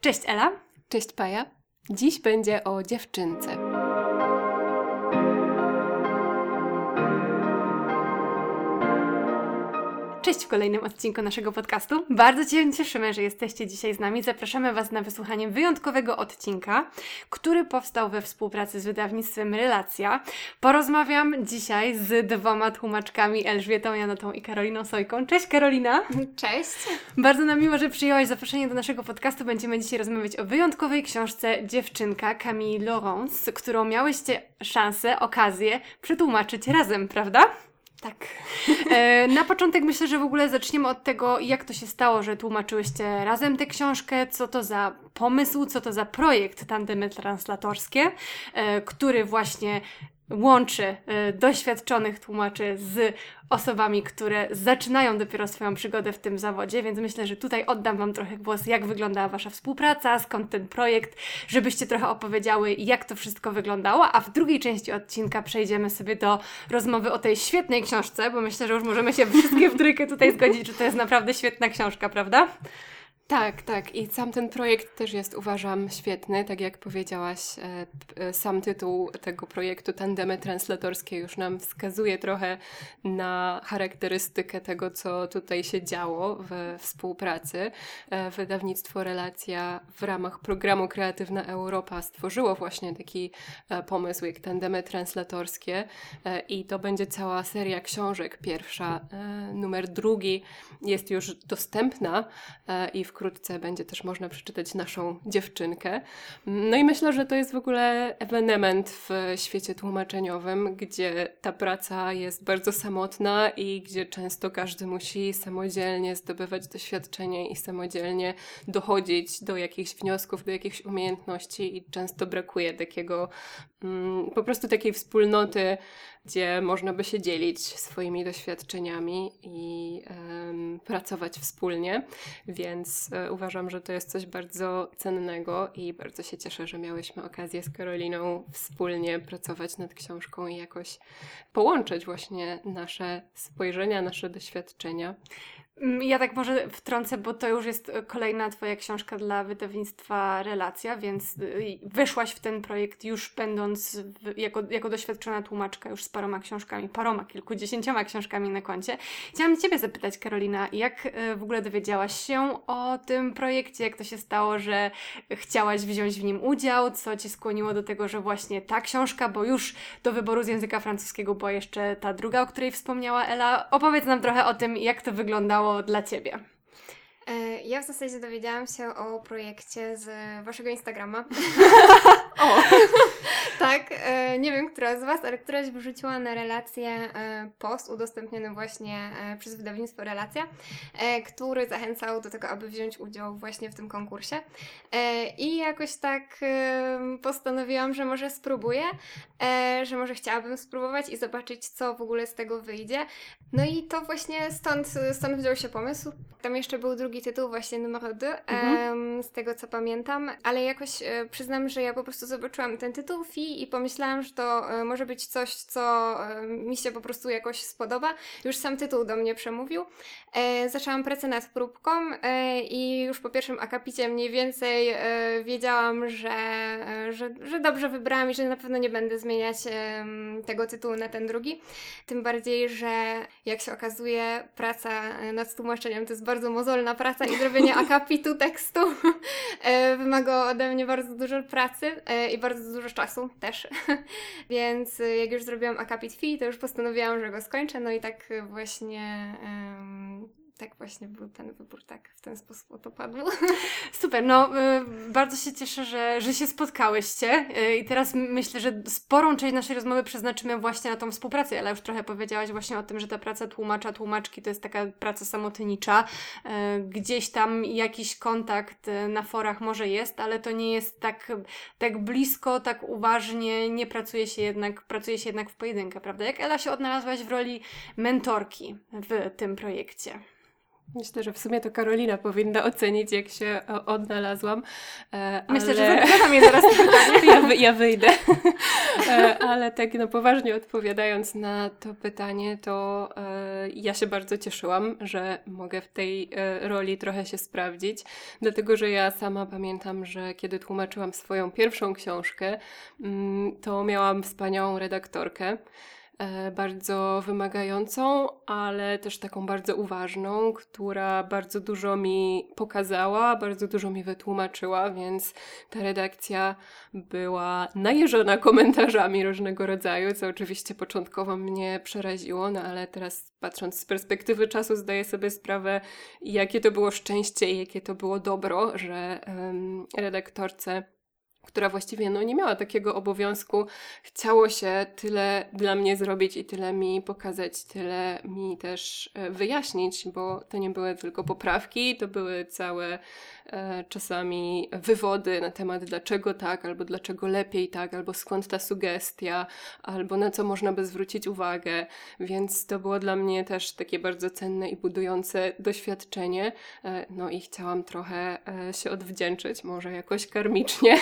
Cześć Ela. Cześć Paja. Dziś będzie o dziewczynce. Cześć w kolejnym odcinku naszego podcastu. Bardzo się cieszymy, że jesteście dzisiaj z nami. Zapraszamy Was na wysłuchanie wyjątkowego odcinka, który powstał we współpracy z wydawnictwem Relacja. Porozmawiam dzisiaj z dwoma tłumaczkami, Elżbietą Janotą i Karoliną Sojką. Cześć Karolina! Cześć! Bardzo nam miło, że przyjęłaś zaproszenie do naszego podcastu. Będziemy dzisiaj rozmawiać o wyjątkowej książce Dziewczynka Camille Laurence, którą miałyście szansę, okazję przetłumaczyć razem, prawda? Tak. Na początek myślę, że w ogóle zaczniemy od tego, jak to się stało, że tłumaczyłyście razem tę książkę, co to za pomysł, co to za projekt Tandemy Translatorskie, który właśnie łączy doświadczonych tłumaczy z osobami, które zaczynają dopiero swoją przygodę w tym zawodzie, więc myślę, że tutaj oddam Wam trochę głos, jak wyglądała Wasza współpraca, skąd ten projekt, żebyście trochę opowiedziały, jak to wszystko wyglądało, a w drugiej części odcinka przejdziemy sobie do rozmowy o tej świetnej książce, bo myślę, że już możemy się wszystkie w trójkę tutaj zgodzić, że to jest naprawdę świetna książka, prawda? Tak. I sam ten projekt też jest, uważam, świetny. Tak jak powiedziałaś, sam tytuł tego projektu Tandemy Translatorskie już nam wskazuje trochę na charakterystykę tego, co tutaj się działo we współpracy. Wydawnictwo Relacja w ramach programu Kreatywna Europa stworzyło właśnie taki pomysł jak Tandemy Translatorskie i to będzie cała seria książek. Pierwsza, numer 2 jest już dostępna i wkrótce będzie też można przeczytać naszą dziewczynkę. No i myślę, że to jest w ogóle ewenement w świecie tłumaczeniowym, gdzie ta praca jest bardzo samotna i gdzie często każdy musi samodzielnie zdobywać doświadczenie i samodzielnie dochodzić do jakichś wniosków, do jakichś umiejętności i często brakuje takiego, po prostu takiej wspólnoty, gdzie można by się dzielić swoimi doświadczeniami i pracować wspólnie, więc uważam, że to jest coś bardzo cennego i bardzo się cieszę, że miałyśmy okazję z Karoliną wspólnie pracować nad książką i jakoś połączyć właśnie nasze spojrzenia, nasze doświadczenia. Ja tak może wtrącę, bo to już jest kolejna Twoja książka dla wydawnictwa Relacja, więc weszłaś w ten projekt już będąc jako doświadczona tłumaczka już z kilkudziesięcioma książkami na koncie. Chciałam Ciebie zapytać, Karolina, jak w ogóle dowiedziałaś się o tym projekcie, jak to się stało, że chciałaś wziąć w nim udział, co Cię skłoniło do tego, że właśnie ta książka, bo już do wyboru z języka francuskiego była jeszcze ta druga, o której wspomniała Ela. Opowiedz nam trochę o tym, jak to wyglądało dla Ciebie. Ja w zasadzie dowiedziałam się o projekcie z Waszego Instagrama. O! Tak, nie wiem, która z Was, ale któraś wrzuciła na Relację post udostępniony właśnie przez wydawnictwo Relacja, który zachęcał do tego, aby wziąć udział właśnie w tym konkursie. I jakoś tak postanowiłam, że może spróbuję, że może chciałabym spróbować i zobaczyć, co w ogóle z tego wyjdzie. No i to właśnie stąd wziął się pomysł. Tam jeszcze był drugi tytuł, właśnie numer 2, z tego co pamiętam, ale jakoś przyznam, że ja po prostu zobaczyłam ten tytuł i pomyślałam, że to może być coś, co mi się po prostu jakoś spodoba. Już sam tytuł do mnie przemówił. Zaczęłam pracę nad próbką i już po pierwszym akapicie mniej więcej wiedziałam, że dobrze wybrałam i że na pewno nie będę zmieniać tego tytułu na ten drugi. Tym bardziej, że jak się okazuje, praca nad tłumaczeniem to jest bardzo mozolna praca i zrobienie akapitu tekstu wymaga ode mnie bardzo dużo pracy i bardzo dużo czasu też. Więc jak już zrobiłam akapit fi, to już postanowiłam, że go skończę. No i tak właśnie był ten wybór, tak w ten sposób to padło. Super, bardzo się cieszę, że się spotkałyście i teraz myślę, że sporą część naszej rozmowy przeznaczymy właśnie na tą współpracę, ale już trochę powiedziałaś właśnie o tym, że ta praca tłumacza, tłumaczki to jest taka praca samotnicza. Gdzieś tam jakiś kontakt na forach może jest, ale to nie jest tak blisko, tak uważnie, nie pracuje się jednak w pojedynkę, prawda? Jak Ela się odnalazłaś w roli mentorki w tym projekcie? Myślę, że w sumie to Karolina powinna ocenić, jak się odnalazłam. Myślę, że zapytam jej zaraz to pytanie. Ja wyjdę. Ale tak poważnie odpowiadając na to pytanie, to ja się bardzo cieszyłam, że mogę w tej roli trochę się sprawdzić, dlatego że ja sama pamiętam, że kiedy tłumaczyłam swoją pierwszą książkę, to miałam wspaniałą redaktorkę, bardzo wymagającą, ale też taką bardzo uważną, która bardzo dużo mi pokazała, bardzo dużo mi wytłumaczyła, więc ta redakcja była najeżona komentarzami różnego rodzaju, co oczywiście początkowo mnie przeraziło, no ale teraz patrząc z perspektywy czasu zdaję sobie sprawę, jakie to było szczęście i jakie to było dobro, że redaktorce, która właściwie nie miała takiego obowiązku, chciało się tyle dla mnie zrobić i tyle mi pokazać, tyle mi też wyjaśnić, bo to nie były tylko poprawki, to były całe czasami wywody na temat dlaczego tak, albo dlaczego lepiej tak, albo skąd ta sugestia, albo na co można by zwrócić uwagę, więc to było dla mnie też takie bardzo cenne i budujące doświadczenie, i chciałam trochę się odwdzięczyć, może jakoś karmicznie.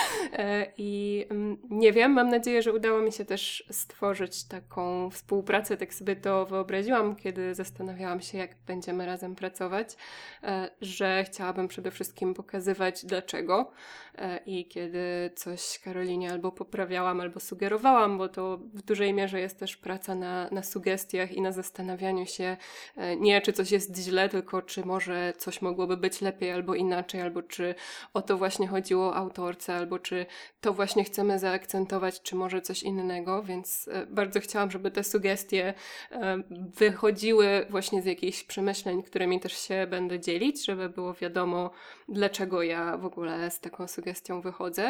I nie wiem, mam nadzieję, że udało mi się też stworzyć taką współpracę, tak sobie to wyobraziłam, kiedy zastanawiałam się, jak będziemy razem pracować, że chciałabym przede wszystkim pokazywać dlaczego i kiedy coś Karolinie albo poprawiałam, albo sugerowałam, bo to w dużej mierze jest też praca na sugestiach i na zastanawianiu się nie, czy coś jest źle, tylko czy może coś mogłoby być lepiej albo inaczej, albo czy o to właśnie chodziło autorce, albo czy to właśnie chcemy zaakcentować, czy może coś innego, więc bardzo chciałam, żeby te sugestie wychodziły właśnie z jakichś przemyśleń, którymi też się będę dzielić, żeby było wiadomo, dlaczego ja w ogóle z taką sugestią wychodzę.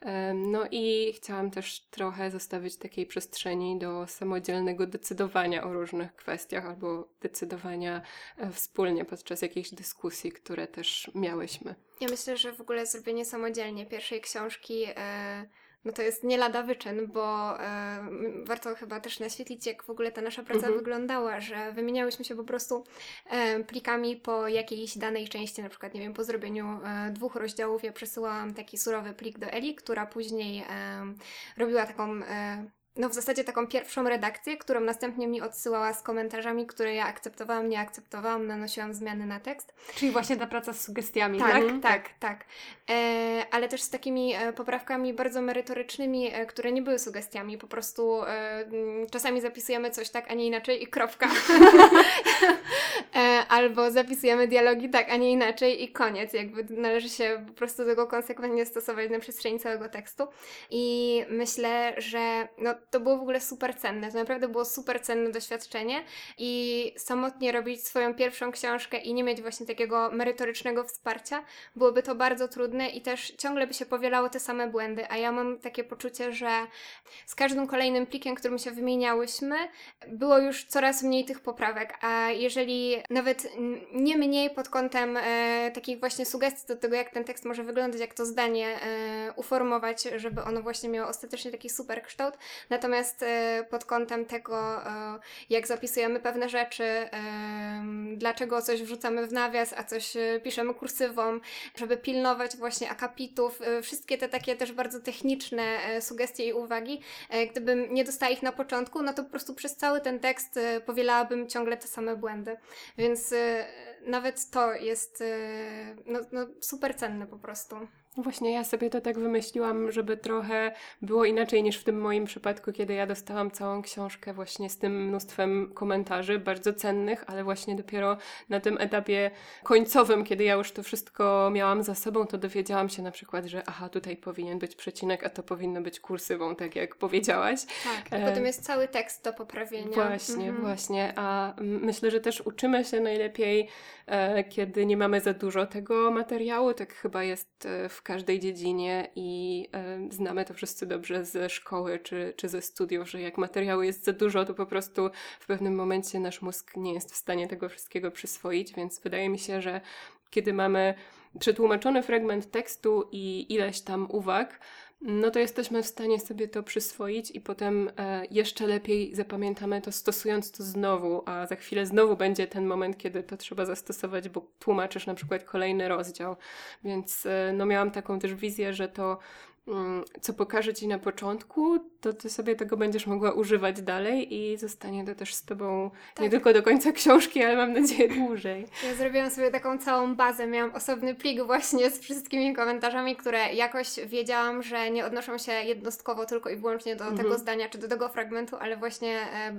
I chciałam też trochę zostawić takiej przestrzeni do samodzielnego decydowania o różnych kwestiach albo decydowania wspólnie podczas jakichś dyskusji, które też miałyśmy. Ja myślę, że w ogóle zrobienie samodzielnie pierwszej książki to jest nie lada wyczyn, bo warto chyba też naświetlić, jak w ogóle ta nasza praca wyglądała, że wymieniałyśmy się po prostu plikami po jakiejś danej części, na przykład, nie wiem, po zrobieniu 2 rozdziałów ja przesyłałam taki surowy plik do Eli, która później robiła taką... w zasadzie taką pierwszą redakcję, którą następnie mi odsyłała z komentarzami, które ja akceptowałam, nie akceptowałam, nanosiłam zmiany na tekst. Czyli właśnie ta praca z sugestiami, tak? Tak. Ale też z takimi poprawkami bardzo merytorycznymi, które nie były sugestiami, po prostu czasami zapisujemy coś tak, a nie inaczej i kropka. Albo zapisujemy dialogi tak, a nie inaczej i koniec. Jakby należy się po prostu tego konsekwentnie stosować na przestrzeni całego tekstu. I myślę, że to było w ogóle super cenne. To naprawdę było super cenne doświadczenie i samotnie robić swoją pierwszą książkę i nie mieć właśnie takiego merytorycznego wsparcia, byłoby to bardzo trudne i też ciągle by się powielało te same błędy, a ja mam takie poczucie, że z każdym kolejnym plikiem, którym się wymieniałyśmy, było już coraz mniej tych poprawek, a jeżeli nawet nie mniej pod kątem takich właśnie sugestii do tego, jak ten tekst może wyglądać, jak to zdanie uformować, żeby ono właśnie miało ostatecznie taki super kształt, natomiast pod kątem tego, jak zapisujemy pewne rzeczy, dlaczego coś wrzucamy w nawias, a coś piszemy kursywą, żeby pilnować właśnie akapitów, wszystkie te takie też bardzo techniczne sugestie i uwagi, gdybym nie dostała ich na początku, to po prostu przez cały ten tekst powielałabym ciągle te same błędy. Więc nawet to jest super cenne po prostu. Właśnie ja sobie to tak wymyśliłam, żeby trochę było inaczej niż w tym moim przypadku, kiedy ja dostałam całą książkę właśnie z tym mnóstwem komentarzy, bardzo cennych, ale właśnie dopiero na tym etapie końcowym, kiedy ja już to wszystko miałam za sobą, to dowiedziałam się na przykład, że tutaj powinien być przecinek, a to powinno być kursywą, tak jak powiedziałaś. Tak, a potem jest cały tekst do poprawienia. Właśnie, a myślę, że też uczymy się najlepiej, kiedy nie mamy za dużo tego materiału, tak chyba jest w każdej dziedzinie i znamy to wszyscy dobrze ze szkoły czy ze studiów, że jak materiału jest za dużo, to po prostu w pewnym momencie nasz mózg nie jest w stanie tego wszystkiego przyswoić, więc wydaje mi się, że kiedy mamy przetłumaczony fragment tekstu i ileś tam uwag, no to jesteśmy w stanie sobie to przyswoić i potem jeszcze lepiej zapamiętamy to, stosując to znowu, a za chwilę znowu będzie ten moment, kiedy to trzeba zastosować, bo tłumaczysz na przykład kolejny rozdział. Więc no miałam taką też wizję, że to co pokażę Ci na początku, to Ty sobie tego będziesz mogła używać dalej i zostanie to też z Tobą nie tylko do końca książki, ale mam nadzieję dłużej. Ja zrobiłam sobie taką całą bazę, miałam osobny plik właśnie z wszystkimi komentarzami, które jakoś wiedziałam, że nie odnoszą się jednostkowo tylko i wyłącznie do tego zdania, czy do tego fragmentu, ale właśnie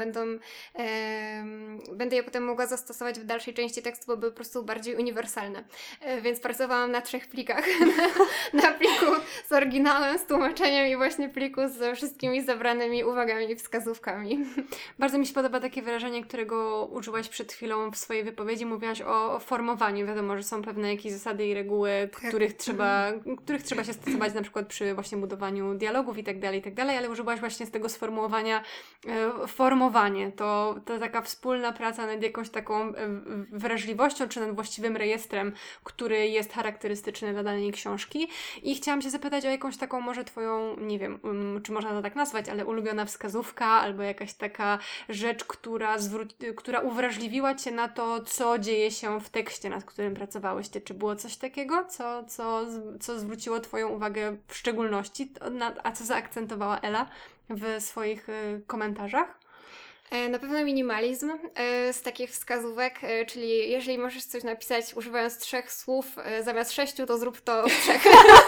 będę je potem mogła zastosować w dalszej części tekstu, bo były po prostu bardziej uniwersalne. Więc pracowałam na 3 plikach. Na pliku z oryginałem, z tłumaczeniem i właśnie pliku z wszystkimi zabranymi uwagami i wskazówkami. Bardzo mi się podoba takie wyrażenie, którego użyłaś przed chwilą w swojej wypowiedzi. Mówiłaś o formowaniu. Wiadomo, że są pewne jakieś zasady i reguły, których trzeba się stosować na przykład przy właśnie budowaniu dialogów i tak dalej, ale użyłaś właśnie z tego sformułowania formowanie. To taka wspólna praca nad jakąś taką wrażliwością, czy nad właściwym rejestrem, który jest charakterystyczny dla danej książki. I chciałam się zapytać o jakąś taką może Twoją, nie wiem, czy można to tak nazwać, ale ulubiona wskazówka albo jakaś taka rzecz, która uwrażliwiła Cię na to, co dzieje się w tekście, nad którym pracowałyście. Czy było coś takiego, co zwróciło Twoją uwagę w szczególności, a co zaakcentowała Ela w swoich komentarzach? Na pewno minimalizm z takich wskazówek, czyli jeżeli możesz coś napisać używając 3 słów zamiast 6, to zrób to w 3.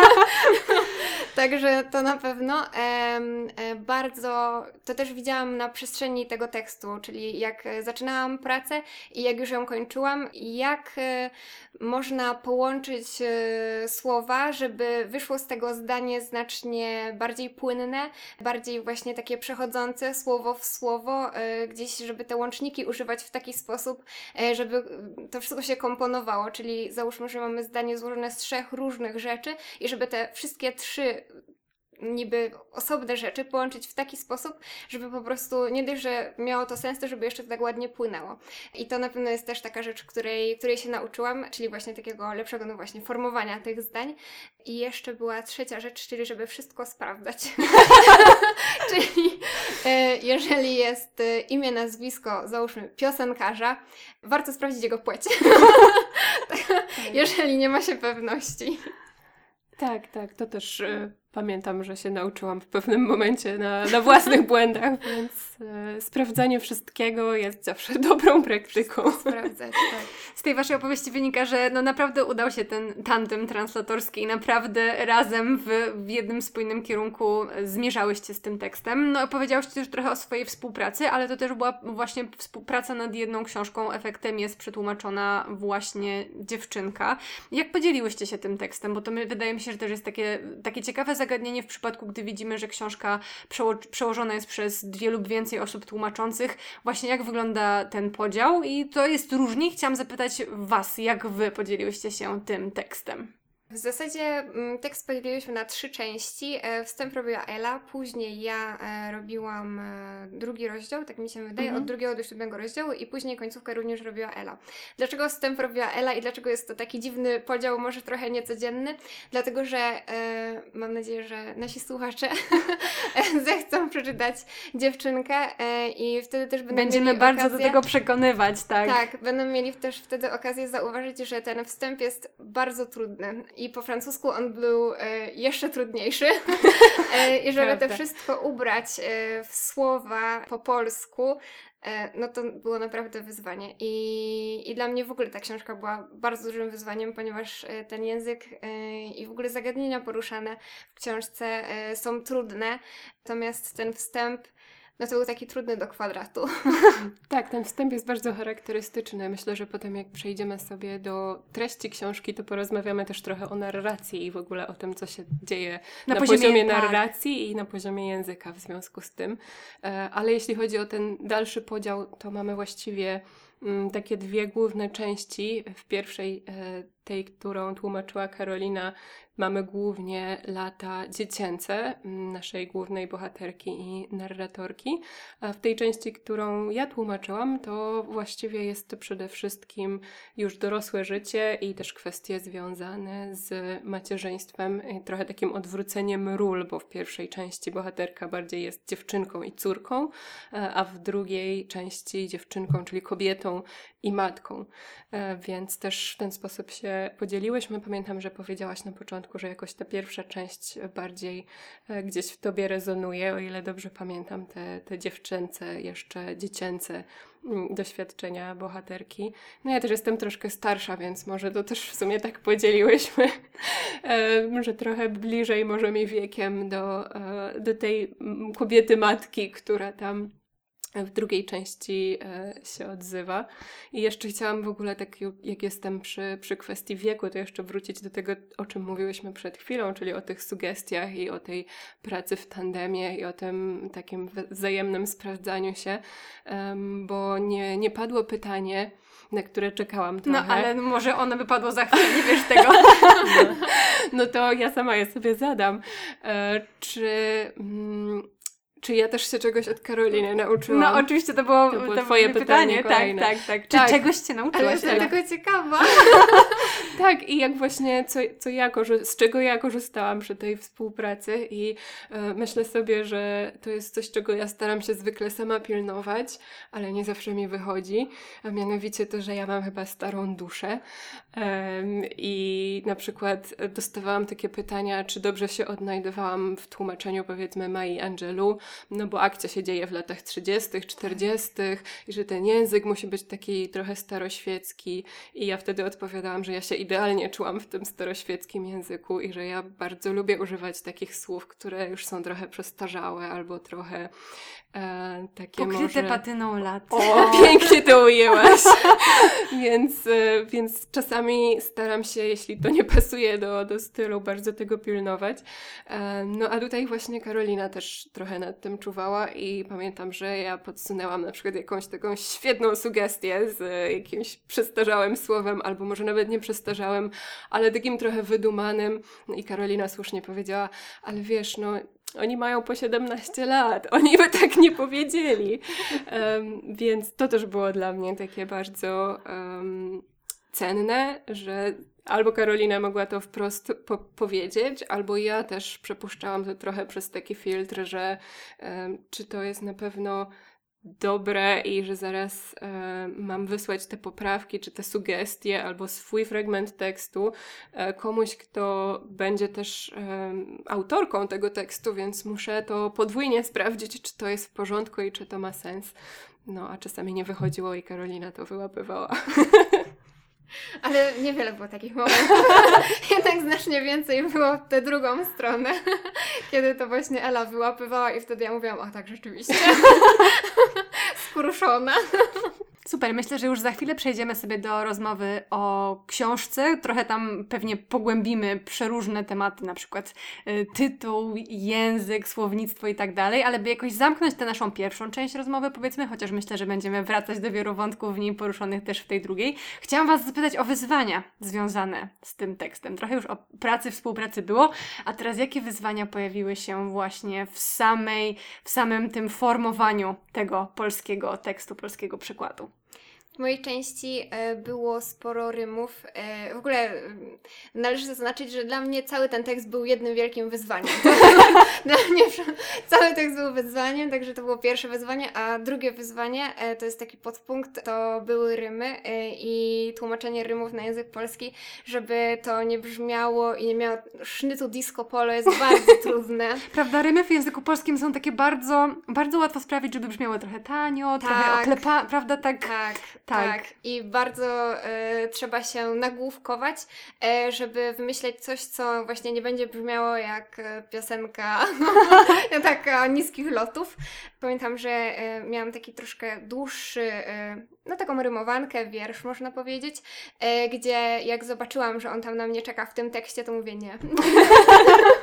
Także to na pewno. Bardzo, to też widziałam na przestrzeni tego tekstu, czyli jak zaczynałam pracę i jak już ją kończyłam, jak można połączyć słowa, żeby wyszło z tego zdanie znacznie bardziej płynne, bardziej właśnie takie przechodzące słowo w słowo, gdzieś, żeby te łączniki używać w taki sposób, żeby to wszystko się komponowało, czyli załóżmy, że mamy zdanie złożone z 3 różnych rzeczy i żeby te wszystkie 3 niby osobne rzeczy połączyć w taki sposób, żeby po prostu nie dość, że miało to sens, to żeby jeszcze to tak ładnie płynęło. I to na pewno jest też taka rzecz, której się nauczyłam, czyli właśnie takiego lepszego, no właśnie, formowania tych zdań. I jeszcze była 3. rzecz, czyli żeby wszystko sprawdzać. Czyli jeżeli jest imię, nazwisko, załóżmy piosenkarza, warto sprawdzić jego płeć. Jeżeli nie ma się pewności. Tak, to też pamiętam, że się nauczyłam w pewnym momencie na własnych błędach, więc sprawdzanie wszystkiego jest zawsze dobrą praktyką. Sprawdzać, tak. Z tej waszej opowieści wynika, że no naprawdę udał się ten tandem translatorski i naprawdę razem w jednym spójnym kierunku zmierzałyście z tym tekstem. No opowiedziałyście też trochę o swojej współpracy, ale to też była właśnie współpraca nad jedną książką. Efektem jest przetłumaczona właśnie dziewczynka. Jak podzieliłyście się tym tekstem? Bo to wydaje mi się, że też jest takie ciekawe zagadnienie w przypadku, gdy widzimy, że książka przełożona jest przez 2 lub więcej osób tłumaczących. Właśnie jak wygląda ten podział i to jest różnie. Chciałam zapytać Was, jak Wy podzieliłyście się tym tekstem? W zasadzie tekst podzieliłyśmy na 3 części. Wstęp robiła Ela, później ja robiłam drugi rozdział, tak mi się wydaje, od 2 do 7 rozdziału i później końcówkę również robiła Ela. Dlaczego wstęp robiła Ela i dlaczego jest to taki dziwny podział, może trochę niecodzienny? Dlatego, że mam nadzieję, że nasi słuchacze zechcą przeczytać dziewczynkę i wtedy też będziemy bardzo do tego przekonywać, tak? Tak, będą mieli też wtedy okazję zauważyć, że ten wstęp jest bardzo trudny. I po francusku on był jeszcze trudniejszy. I żeby to wszystko ubrać w słowa po polsku, no to było naprawdę wyzwanie. I dla mnie w ogóle ta książka była bardzo dużym wyzwaniem, ponieważ ten język i w ogóle zagadnienia poruszane w książce są trudne. Natomiast ten wstęp, no to był taki trudny do kwadratu. Tak, ten wstęp jest bardzo charakterystyczny. Myślę, że potem jak przejdziemy sobie do treści książki, to porozmawiamy też trochę o narracji i w ogóle o tym, co się dzieje na poziomie narracji i na poziomie języka w związku z tym. Ale jeśli chodzi o ten dalszy podział, to mamy właściwie takie 2 główne części. W pierwszej tej, którą tłumaczyła Karolina, mamy głównie lata dziecięce naszej głównej bohaterki i narratorki, a w tej części, którą ja tłumaczyłam, to właściwie jest to przede wszystkim już dorosłe życie i też kwestie związane z macierzyństwem, trochę takim odwróceniem ról, bo w pierwszej części bohaterka bardziej jest dziewczynką i córką, a w drugiej części dziewczynką, czyli kobietą i matką. Więc też w ten sposób się podzieliłyśmy. Pamiętam, że powiedziałaś na początku, że jakoś ta pierwsza część bardziej gdzieś w tobie rezonuje, o ile dobrze pamiętam, te dziewczęce, jeszcze dziecięce doświadczenia bohaterki. No ja też jestem troszkę starsza, więc może to też w sumie tak podzieliłyśmy, że trochę bliżej może mi wiekiem do tej kobiety matki, która tam w drugiej części się odzywa. I jeszcze chciałam w ogóle, tak jak jestem przy kwestii wieku, to jeszcze wrócić do tego, o czym mówiłyśmy przed chwilą, czyli o tych sugestiach i o tej pracy w tandemie i o tym takim wzajemnym sprawdzaniu się, bo nie padło pytanie, na które czekałam trochę. No ale może ono wypadło za chwilę, nie wiesz tego. No to ja sama je sobie zadam. Czy ja też się czegoś od Karoliny nauczyłam? No oczywiście to było twoje pytanie kolejne. Tak. Czy czegoś cię nauczyłaś? Ale jestem tego ciekawa. Tak, i jak właśnie, z czego ja korzystałam przy tej współpracy i myślę sobie, że to jest coś, czego ja staram się zwykle sama pilnować, ale nie zawsze mi wychodzi, a mianowicie to, że ja mam chyba starą duszę i na przykład dostawałam takie pytania, czy dobrze się odnajdowałam w tłumaczeniu, powiedzmy, Mai Angelou, no bo akcja się dzieje w latach 30., 40. i że ten język musi być taki trochę staroświecki i ja wtedy odpowiadałam, że ja się idealnie czułam w tym staroświeckim języku i że ja bardzo lubię używać takich słów, które już są trochę przestarzałe albo trochę takie pokryte patyną lat. O, pięknie to ujęłaś. Więc czasami staram się, jeśli to nie pasuje do stylu, bardzo tego pilnować. No a tutaj właśnie Karolina też trochę nad tym czuwała i pamiętam, że ja podsunęłam na przykład jakąś taką świetną sugestię z jakimś przestarzałym słowem, albo może nawet nie przestarzałym, ale takim trochę wydumanym. No i Karolina słusznie powiedziała, ale wiesz, no oni mają po 17 lat, oni by tak nie powiedzieli. Więc to też było dla mnie takie bardzo cenne, że albo Karolina mogła to wprost powiedzieć, albo ja też przepuszczałam to trochę przez taki filtr, że czy to jest na pewno dobre i że zaraz mam wysłać te poprawki, czy te sugestie, albo swój fragment tekstu komuś, kto będzie też autorką tego tekstu, więc muszę to podwójnie sprawdzić, czy to jest w porządku i czy to ma sens. No, a czasami nie wychodziło i Karolina to wyłapywała. Ale niewiele było takich momentów. Jednak znacznie więcej było w tę drugą stronę, kiedy to właśnie Ela wyłapywała i wtedy ja mówiłam, o tak, rzeczywiście. Skruszona. Super, myślę, że już za chwilę przejdziemy sobie do rozmowy o książce. Trochę tam pewnie pogłębimy przeróżne tematy, na przykład tytuł, język, słownictwo i tak dalej, ale by jakoś zamknąć tę naszą pierwszą część rozmowy, powiedzmy, chociaż myślę, że będziemy wracać do wielu wątków w niej poruszonych też w tej drugiej. Chciałam Was zapytać o wyzwania związane z tym tekstem. Trochę już o współpracy było, a teraz jakie wyzwania pojawiły się właśnie w samym tym formowaniu tego polskiego tekstu, polskiego przekładu? W mojej części było sporo rymów. W ogóle należy zaznaczyć, że dla mnie cały ten tekst był jednym wielkim wyzwaniem. Dla mnie cały tekst był wyzwaniem, także to było pierwsze wyzwanie, a drugie wyzwanie to jest taki podpunkt, to były rymy i tłumaczenie rymów na język polski, żeby to nie brzmiało i nie miało sznytu disco polo, jest bardzo trudne. Prawda, rymy w języku polskim są takie bardzo, bardzo łatwo sprawić, żeby brzmiały trochę tanio, trochę prawda, Tak. I bardzo trzeba się nagłówkować, żeby wymyśleć coś, co właśnie nie będzie brzmiało jak piosenka taka niskich lotów. Pamiętam, że miałam taki troszkę dłuższy, taką rymowankę, wiersz można powiedzieć, gdzie jak zobaczyłam, że on tam na mnie czeka w tym tekście, to mówię nie.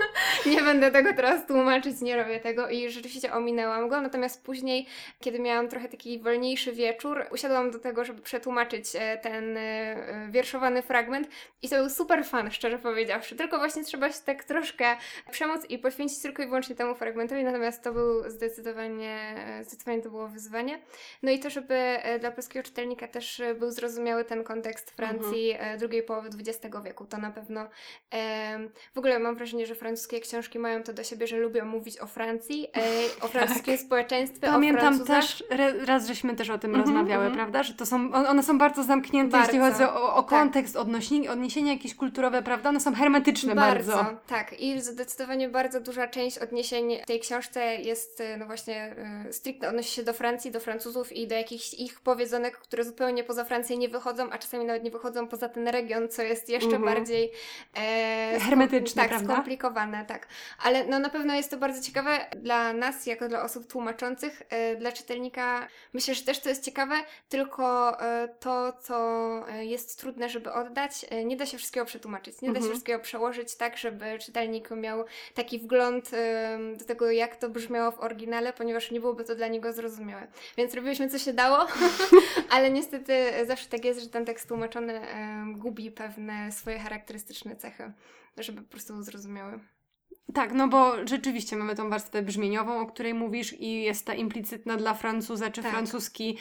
nie będę tego teraz tłumaczyć, nie robię tego i rzeczywiście ominęłam go, natomiast później, kiedy miałam trochę taki wolniejszy wieczór, usiadłam do tego, żeby przetłumaczyć ten wierszowany fragment i to był super fan, szczerze powiedziawszy, tylko właśnie trzeba się tak troszkę przemóc i poświęcić tylko i wyłącznie temu fragmentowi, natomiast to był zdecydowanie to było wyzwanie. No i to, żeby dla polskiego czytelnika też był zrozumiały ten kontekst Francji drugiej połowy XX wieku, to na pewno w ogóle mam wrażenie, że francuskie książki mają to do siebie, że lubią mówić o Francji, o francuskim społeczeństwie, Pamiętam o Francuzach. też, raz żeśmy też o tym rozmawiały, prawda? Że to są, one są bardzo zamknięte, jeśli Bardzo, chodzi o kontekst, odniesienia jakieś kulturowe, prawda? One są hermetyczne bardzo. Tak. I zdecydowanie bardzo duża część odniesień w tej książce jest, no właśnie, stricte odnosi się do Francji, do Francuzów i do jakichś ich powiedzonek, które zupełnie poza Francję nie wychodzą, a czasami nawet nie wychodzą poza ten region, co jest jeszcze bardziej hermetyczne, tak, prawda? skomplikowane, tak. Ale no na pewno jest to bardzo ciekawe dla nas, jako dla osób tłumaczących, dla czytelnika. Myślę, że też to jest ciekawe, tylko to, co jest trudne, żeby oddać, nie da się wszystkiego przetłumaczyć, nie da się wszystkiego przełożyć tak, żeby czytelnik miał taki wgląd do tego, jak to brzmiało w oryginale, ponieważ nie byłoby to dla niego zrozumiałe. Więc robiliśmy, co się dało, ale niestety zawsze tak jest, że ten tekst tłumaczony gubi pewne swoje charakterystyczne cechy, żeby po prostu był zrozumiały. Tak, no bo rzeczywiście mamy tą warstwę brzmieniową, o której mówisz i jest ta implicytna dla Francuza czy francuski,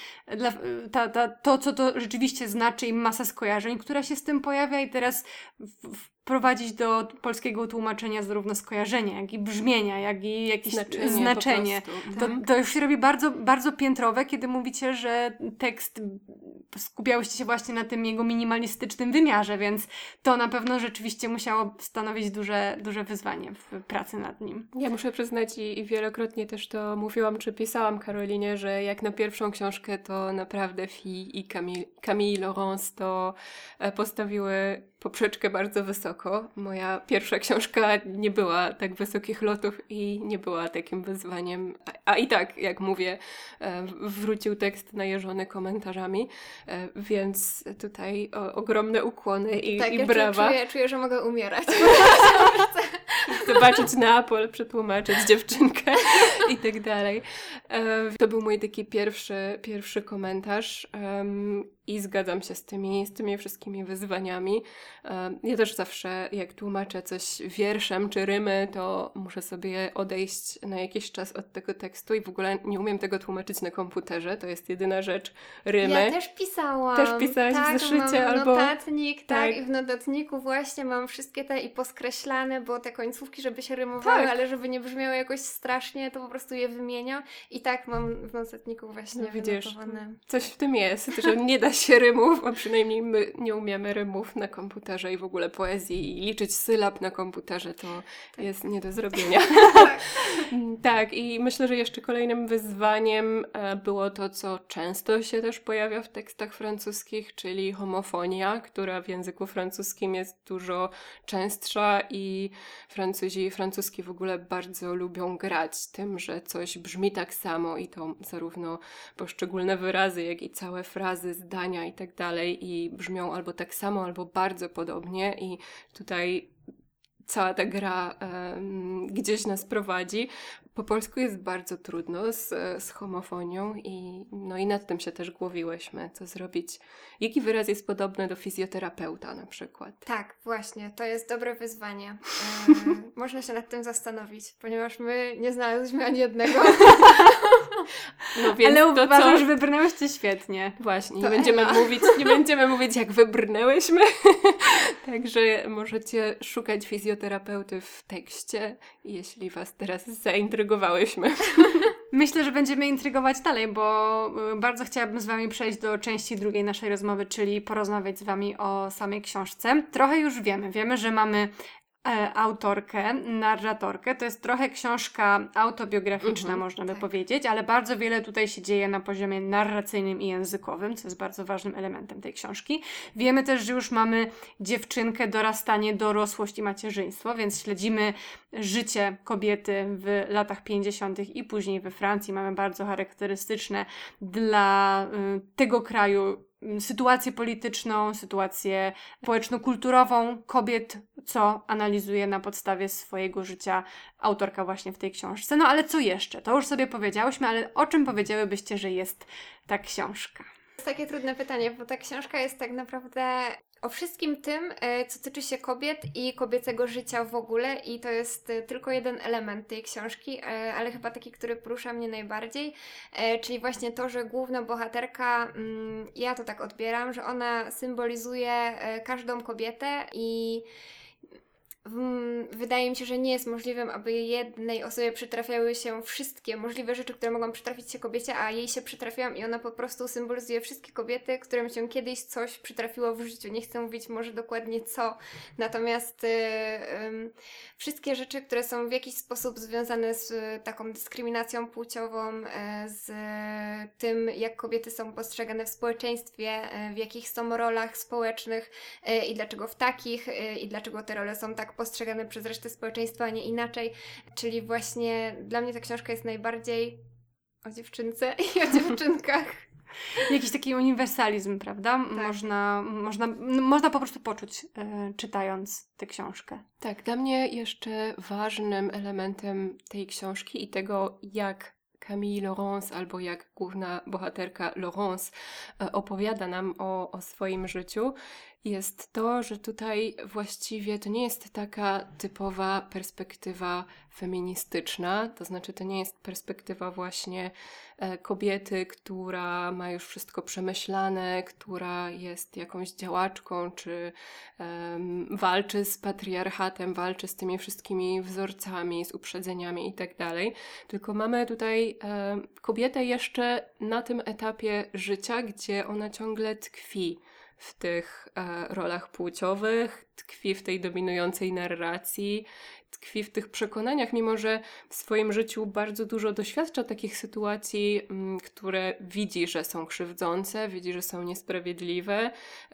to co to rzeczywiście znaczy i masa skojarzeń, która się z tym pojawia i teraz wprowadzić do polskiego tłumaczenia zarówno skojarzenia, jak i brzmienia, jak i jakieś znaczenie. To już się robi bardzo, bardzo piętrowe, kiedy mówicie, że tekst skupiałyście się właśnie na tym jego minimalistycznym wymiarze, więc to na pewno rzeczywiście musiało stanowić duże wyzwanie w pracy nad nim. Ja muszę przyznać i wielokrotnie też to mówiłam, czy pisałam Karolinie, że jak na pierwszą książkę to naprawdę Fi i Camille Laurence to postawiły poprzeczkę bardzo wysoko. Moja pierwsza książka nie była tak wysokich lotów i nie była takim wyzwaniem. A i tak, jak mówię, wrócił tekst najeżony komentarzami, więc tutaj ogromne ukłony i brawa. Czuję, że mogę umierać. Zobaczyć Neapol, przetłumaczyć dziewczynkę i tak dalej. To był mój taki pierwszy komentarz i zgadzam się z tymi wszystkimi wyzwaniami. Ja też zawsze, jak tłumaczę coś wierszem czy rymy, to muszę sobie odejść na jakiś czas od tego tekstu i w ogóle nie umiem tego tłumaczyć na komputerze. To jest jedyna rzecz, rymy. Ja też pisałam. Też pisałaś w zeszycie mam albo... notatnik, tak, i w notatniku właśnie mam wszystkie te i poskreślane, bo te końcówki, żeby się rymowały, ale żeby nie brzmiały jakoś strasznie, to po prostu je wymieniam. I tak mam w notatniku właśnie wynotowane. Coś w tym jest, że nie da się rymów, a przynajmniej my nie umiemy rymów na komputerze i w ogóle poezji i liczyć sylab na komputerze to jest nie do zrobienia. Tak, i myślę, że jeszcze kolejnym wyzwaniem było to, co często się też pojawia w tekstach francuskich, czyli homofonia, która w języku francuskim jest dużo częstsza i Francuzi i francuski w ogóle bardzo lubią grać tym, że coś brzmi tak samo i to zarówno poszczególne wyrazy, jak i całe frazy, zdania i tak dalej i brzmią albo tak samo, albo bardzo podobnie i tutaj cała ta gra gdzieś nas prowadzi. Po polsku jest bardzo trudno z homofonią i nad tym się też głowiłyśmy, co zrobić. Jaki wyraz jest podobny do fizjoterapeuta na przykład? Tak, właśnie, to jest dobre wyzwanie. Można się nad tym zastanowić, ponieważ my nie znaleźliśmy ani jednego. No więc ale uważam, że wybrnęłyście świetnie. Właśnie, nie będziemy mówić jak wybrnęłyśmy. Także możecie szukać fizjoterapeuty w tekście, jeśli was teraz zaintrygowałyśmy. Myślę, że będziemy intrygować dalej, bo bardzo chciałabym z wami przejść do części drugiej naszej rozmowy, czyli porozmawiać z wami o samej książce. Trochę już wiemy, że mamy autorkę, narratorkę. To jest trochę książka autobiograficzna, można by powiedzieć, ale bardzo wiele tutaj się dzieje na poziomie narracyjnym i językowym, co jest bardzo ważnym elementem tej książki. Wiemy też, że już mamy dziewczynkę, dorastanie, dorosłość i macierzyństwo, więc śledzimy życie kobiety w latach 50. i później we Francji. Mamy bardzo charakterystyczne dla tego kraju sytuację polityczną, sytuację społeczno-kulturową kobiet, co analizuje na podstawie swojego życia autorka właśnie w tej książce. No ale co jeszcze? To już sobie powiedziałyśmy, ale o czym powiedziałybyście, że jest ta książka? To jest takie trudne pytanie, bo ta książka jest tak naprawdę o wszystkim tym, co tyczy się kobiet i kobiecego życia w ogóle i to jest tylko jeden element tej książki, ale chyba taki, który porusza mnie najbardziej, czyli właśnie to, że główna bohaterka, ja to tak odbieram, że ona symbolizuje każdą kobietę i wydaje mi się, że nie jest możliwym, aby jednej osobie przytrafiały się wszystkie możliwe rzeczy, które mogą przytrafić się kobiecie, a jej się przytrafiłam i ona po prostu symbolizuje wszystkie kobiety, którym się kiedyś coś przytrafiło w życiu. Nie chcę mówić może dokładnie co, natomiast wszystkie rzeczy, które są w jakiś sposób związane z taką dyskryminacją płciową, z tym, jak kobiety są postrzegane w społeczeństwie, w jakich są rolach społecznych i dlaczego w takich, i dlaczego te role są tak postrzegane przez resztę społeczeństwa, a nie inaczej. Czyli właśnie dla mnie ta książka jest najbardziej o dziewczynce i o dziewczynkach. Jakiś taki uniwersalizm, prawda? Tak. Można po prostu poczuć, czytając tę książkę. Tak, dla mnie jeszcze ważnym elementem tej książki i tego, jak Camille Laurence albo jak główna bohaterka Laurence opowiada nam o swoim życiu, jest to, że tutaj właściwie to nie jest taka typowa perspektywa feministyczna, to znaczy to nie jest perspektywa właśnie kobiety, która ma już wszystko przemyślane, która jest jakąś działaczką, czy walczy z patriarchatem, walczy z tymi wszystkimi wzorcami, z uprzedzeniami i tak dalej, tylko mamy tutaj kobietę jeszcze na tym etapie życia, gdzie ona ciągle tkwi w tych rolach płciowych, tkwi w tej dominującej narracji, tkwi w tych przekonaniach, mimo że w swoim życiu bardzo dużo doświadcza takich sytuacji, które widzi, że są krzywdzące, widzi, że są niesprawiedliwe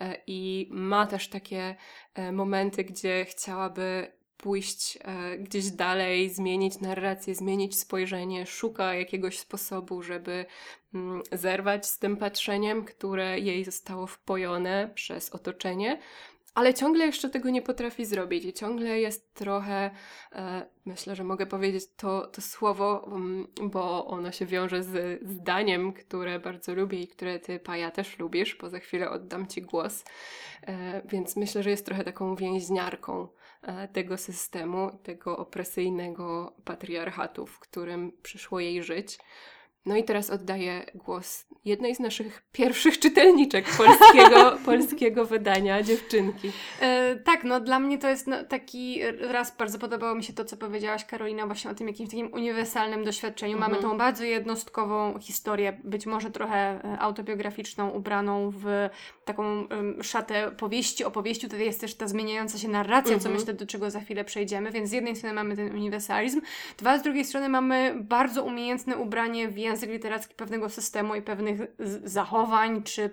i ma też takie momenty, gdzie chciałaby pójść gdzieś dalej, zmienić narrację, zmienić spojrzenie, szuka jakiegoś sposobu, żeby zerwać z tym patrzeniem, które jej zostało wpojone przez otoczenie, ale ciągle jeszcze tego nie potrafi zrobić i ciągle jest trochę, myślę, że mogę powiedzieć to słowo, bo ono się wiąże z zdaniem, które bardzo lubię i które ty, Paja, też lubisz, bo za chwilę oddam ci głos, więc myślę, że jest trochę taką więźniarką tego systemu, tego opresyjnego patriarchatu, w którym przyszło jej żyć. No i teraz oddaję głos jednej z naszych pierwszych czytelniczek polskiego wydania, dziewczynki. Tak, no dla mnie to jest taki raz bardzo podobało mi się to, co powiedziałaś, Karolina, właśnie o tym jakimś takim uniwersalnym doświadczeniu. Mamy tą bardzo jednostkową historię, być może trochę autobiograficzną, ubraną w taką szatę opowieści. Tutaj jest też ta zmieniająca się narracja, co myślę, do czego za chwilę przejdziemy, więc z jednej strony mamy ten uniwersalizm, z drugiej strony mamy bardzo umiejętne ubranie w język literacki pewnego systemu i pewnych zachowań, czy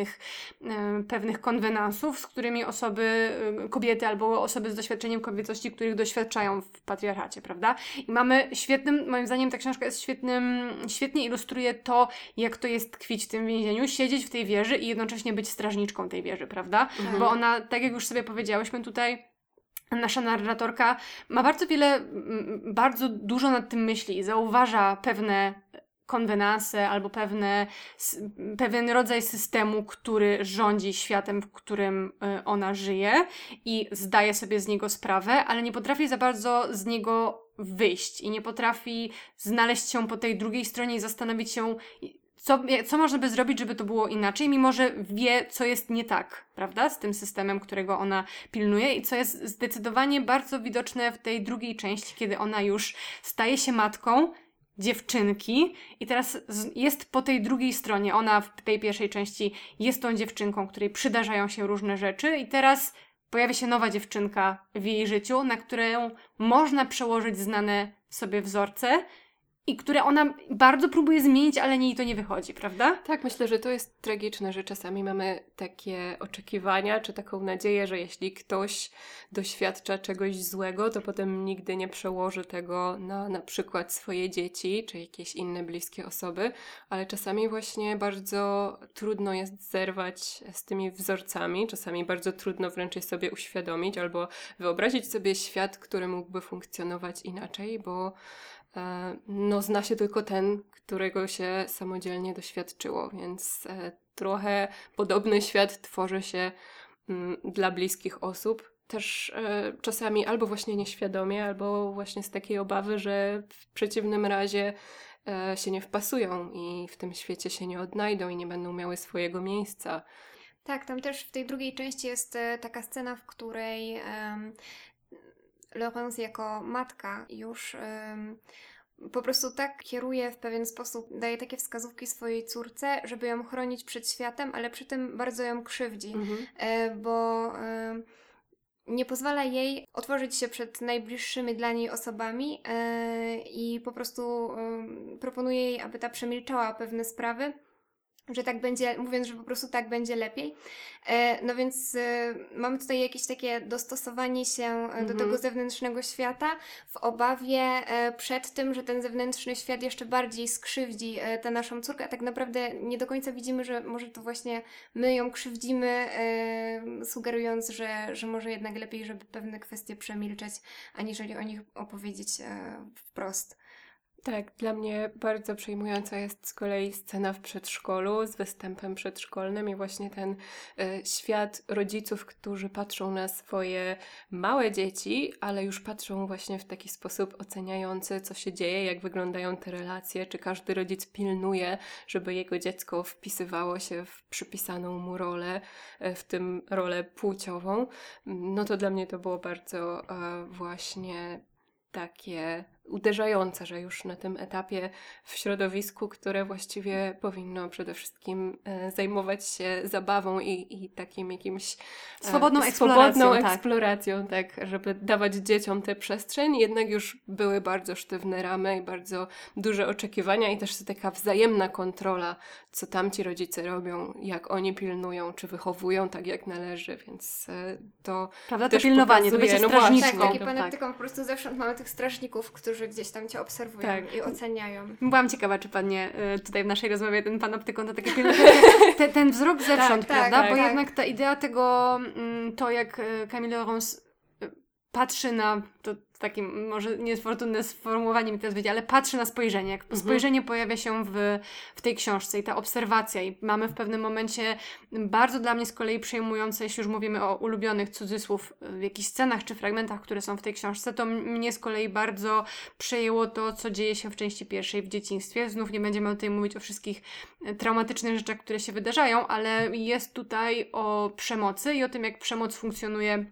pewnych konwenansów, z którymi kobiety albo osoby z doświadczeniem kobiecości, których doświadczają w patriarchacie, prawda? I mamy moim zdaniem ta książka jest świetnie ilustruje to, jak to jest tkwić w tym więzieniu, siedzieć w tej wieży i jednocześnie być strażniczką tej wieży, prawda? Bo ona, tak jak już sobie powiedziałyśmy tutaj, nasza narratorka ma bardzo dużo nad tym myśli i zauważa pewne konwenanse albo pewien rodzaj systemu, który rządzi światem, w którym ona żyje i zdaje sobie z niego sprawę, ale nie potrafi za bardzo z niego wyjść i nie potrafi znaleźć się po tej drugiej stronie i zastanowić się, co można by zrobić, żeby to było inaczej, mimo że wie, co jest nie tak, prawda, z tym systemem, którego ona pilnuje i co jest zdecydowanie bardzo widoczne w tej drugiej części, kiedy ona już staje się matką dziewczynki i teraz jest po tej drugiej stronie. Ona w tej pierwszej części jest tą dziewczynką, której przydarzają się różne rzeczy i teraz pojawia się nowa dziewczynka w jej życiu, na którą można przełożyć znane sobie wzorce i które ona bardzo próbuje zmienić, ale jej to nie wychodzi, prawda? Tak, myślę, że to jest tragiczne, że czasami mamy takie oczekiwania, czy taką nadzieję, że jeśli ktoś doświadcza czegoś złego, to potem nigdy nie przełoży tego na przykład swoje dzieci, czy jakieś inne bliskie osoby, ale czasami właśnie bardzo trudno jest zerwać z tymi wzorcami, czasami bardzo trudno wręcz je sobie uświadomić, albo wyobrazić sobie świat, który mógłby funkcjonować inaczej, bo zna się tylko ten, którego się samodzielnie doświadczyło, więc trochę podobny świat tworzy się dla bliskich osób. Też czasami albo właśnie nieświadomie, albo właśnie z takiej obawy, że w przeciwnym razie się nie wpasują i w tym świecie się nie odnajdą i nie będą miały swojego miejsca. Tak, tam też w tej drugiej części jest taka scena, w której Laurence jako matka już po prostu tak kieruje w pewien sposób, daje takie wskazówki swojej córce, żeby ją chronić przed światem, ale przy tym bardzo ją krzywdzi, bo nie pozwala jej otworzyć się przed najbliższymi dla niej osobami i po prostu proponuje jej, aby ta przemilczała pewne sprawy, że tak będzie, mówiąc, że po prostu tak będzie lepiej. No więc mamy tutaj jakieś takie dostosowanie się do tego zewnętrznego świata w obawie przed tym, że ten zewnętrzny świat jeszcze bardziej skrzywdzi tę naszą córkę, a tak naprawdę nie do końca widzimy, że może to właśnie my ją krzywdzimy, sugerując, że może jednak lepiej, żeby pewne kwestie przemilczeć, aniżeli o nich opowiedzieć wprost. Tak, dla mnie bardzo przejmująca jest z kolei scena w przedszkolu z występem przedszkolnym i właśnie ten świat rodziców, którzy patrzą na swoje małe dzieci, ale już patrzą właśnie w taki sposób oceniający, co się dzieje, jak wyglądają te relacje, czy każdy rodzic pilnuje, żeby jego dziecko wpisywało się w przypisaną mu rolę, w tym rolę płciową. No to dla mnie to było bardzo właśnie takie uderzające, że już na tym etapie w środowisku, które właściwie powinno przede wszystkim zajmować się zabawą i takim jakimś swobodną eksploracją, tak, żeby dawać dzieciom tę przestrzeń, jednak już były bardzo sztywne ramy i bardzo duże oczekiwania i też taka wzajemna kontrola, co tamci rodzice robią, jak oni pilnują, czy wychowują tak jak należy, więc to prawda, też to pilnowanie, pokazuje, to bycie strażniczką. Tak, takie panoptyką, po prostu zewsząd mamy tych strażników, którzy gdzieś tam cię obserwują i oceniają. Byłam ciekawa, czy padnie tutaj w naszej rozmowie ten panoptykon, to takie ten wzrok zewsząd, prawda? Bo jednak ta idea tego, to jak Camille Laurence patrzy na, to takim może niefortunne sformułowanie mi teraz wyjdzie, ale patrzy na spojrzenie. Jak spojrzenie pojawia się w tej książce i ta obserwacja i mamy w pewnym momencie bardzo dla mnie z kolei przejmujące, jeśli już mówimy o ulubionych cudzysłów w jakichś scenach czy fragmentach, które są w tej książce, to mnie z kolei bardzo przejęło to, co dzieje się w części pierwszej w dzieciństwie. Znów nie będziemy tutaj mówić o wszystkich traumatycznych rzeczach, które się wydarzają, ale jest tutaj o przemocy i o tym, jak przemoc funkcjonuje,